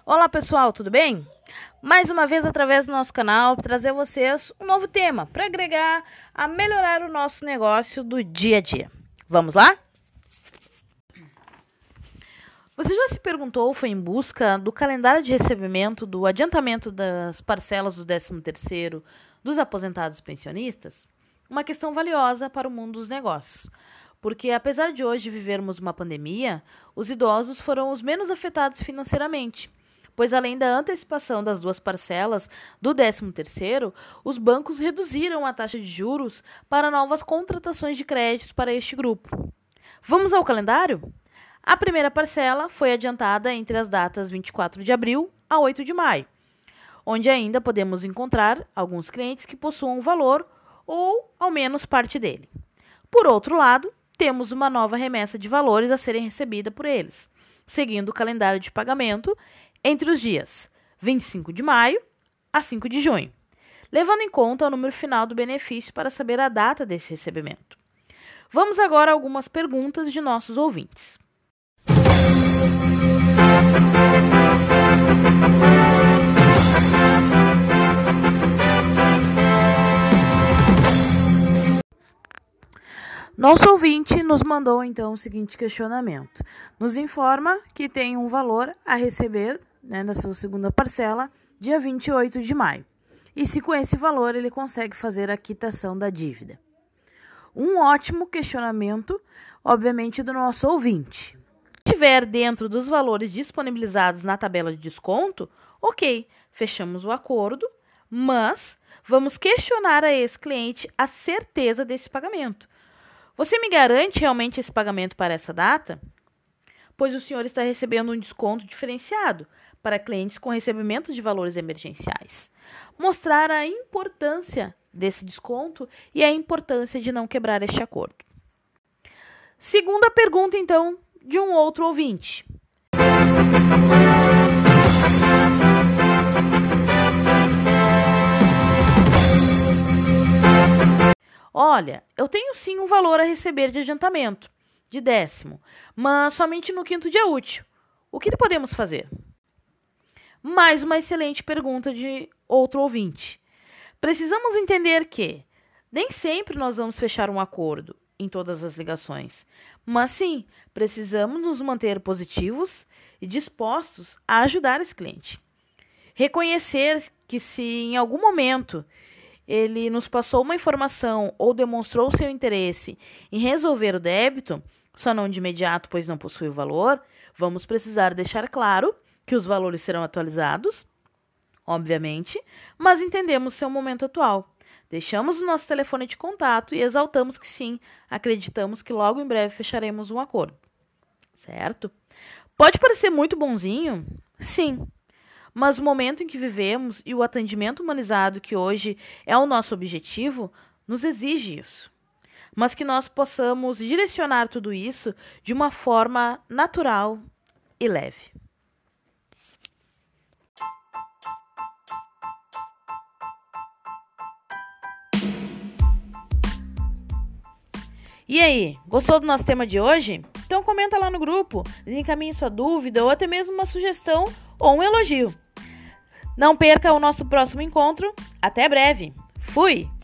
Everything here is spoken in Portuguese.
Olá pessoal, tudo bem? Mais uma vez através do nosso canal para trazer a vocês um novo tema para agregar a melhorar o nosso negócio do dia a dia. Vamos lá? Você já se perguntou ou foi em busca do calendário de recebimento do adiantamento das parcelas do 13º dos aposentados pensionistas? Uma questão valiosa para o mundo dos negócios. Porque, apesar de hoje vivermos uma pandemia, os idosos foram os menos afetados financeiramente, pois além da antecipação das 2 parcelas do 13º, os bancos reduziram a taxa de juros para novas contratações de créditos para este grupo. Vamos ao calendário? A primeira parcela foi adiantada entre as datas 24 de abril a 8 de maio, onde ainda podemos encontrar alguns clientes que possuam o valor ou, ao menos, parte dele. Por outro lado, temos uma nova remessa de valores a serem recebida por eles, seguindo o calendário de pagamento entre os dias 25 de maio a 5 de junho, levando em conta o número final do benefício para saber a data desse recebimento. Vamos agora a algumas perguntas de nossos ouvintes. Nosso ouvinte nos mandou então o seguinte questionamento. Nos informa que tem um valor a receber, na sua segunda parcela, dia 28 de maio. E se com esse valor ele consegue fazer a quitação da dívida. Um ótimo questionamento, obviamente, do nosso ouvinte. Se estiver dentro dos valores disponibilizados na tabela de desconto, ok, fechamos o acordo, mas vamos questionar a esse cliente a certeza desse pagamento. Você me garante realmente esse pagamento para essa data? Pois o senhor está recebendo um desconto diferenciado para clientes com recebimento de valores emergenciais. Mostrar a importância desse desconto e a importância de não quebrar este acordo. Segunda pergunta, então, de um outro ouvinte. Olha, eu tenho sim um valor a receber de adiantamento, de 10º, mas somente no 5º dia útil. O que podemos fazer? Mais uma excelente pergunta de outro ouvinte. Precisamos entender que nem sempre nós vamos fechar um acordo em todas as ligações, mas sim, precisamos nos manter positivos e dispostos a ajudar esse cliente. Reconhecer que se em algum momento ele nos passou uma informação ou demonstrou seu interesse em resolver o débito, só não de imediato, pois não possui o valor, vamos precisar deixar claro que os valores serão atualizados, obviamente, mas entendemos seu momento atual. Deixamos o nosso telefone de contato e exaltamos que sim, acreditamos que logo em breve fecharemos um acordo. Certo? Pode parecer muito bonzinho? Sim. Mas o momento em que vivemos e o atendimento humanizado que hoje é o nosso objetivo, nos exige isso. Mas que nós possamos direcionar tudo isso de uma forma natural e leve. E aí, gostou do nosso tema de hoje? Então comenta lá no grupo, encaminhe sua dúvida ou até mesmo uma sugestão ou um elogio. Não perca o nosso próximo encontro. Até breve. Fui!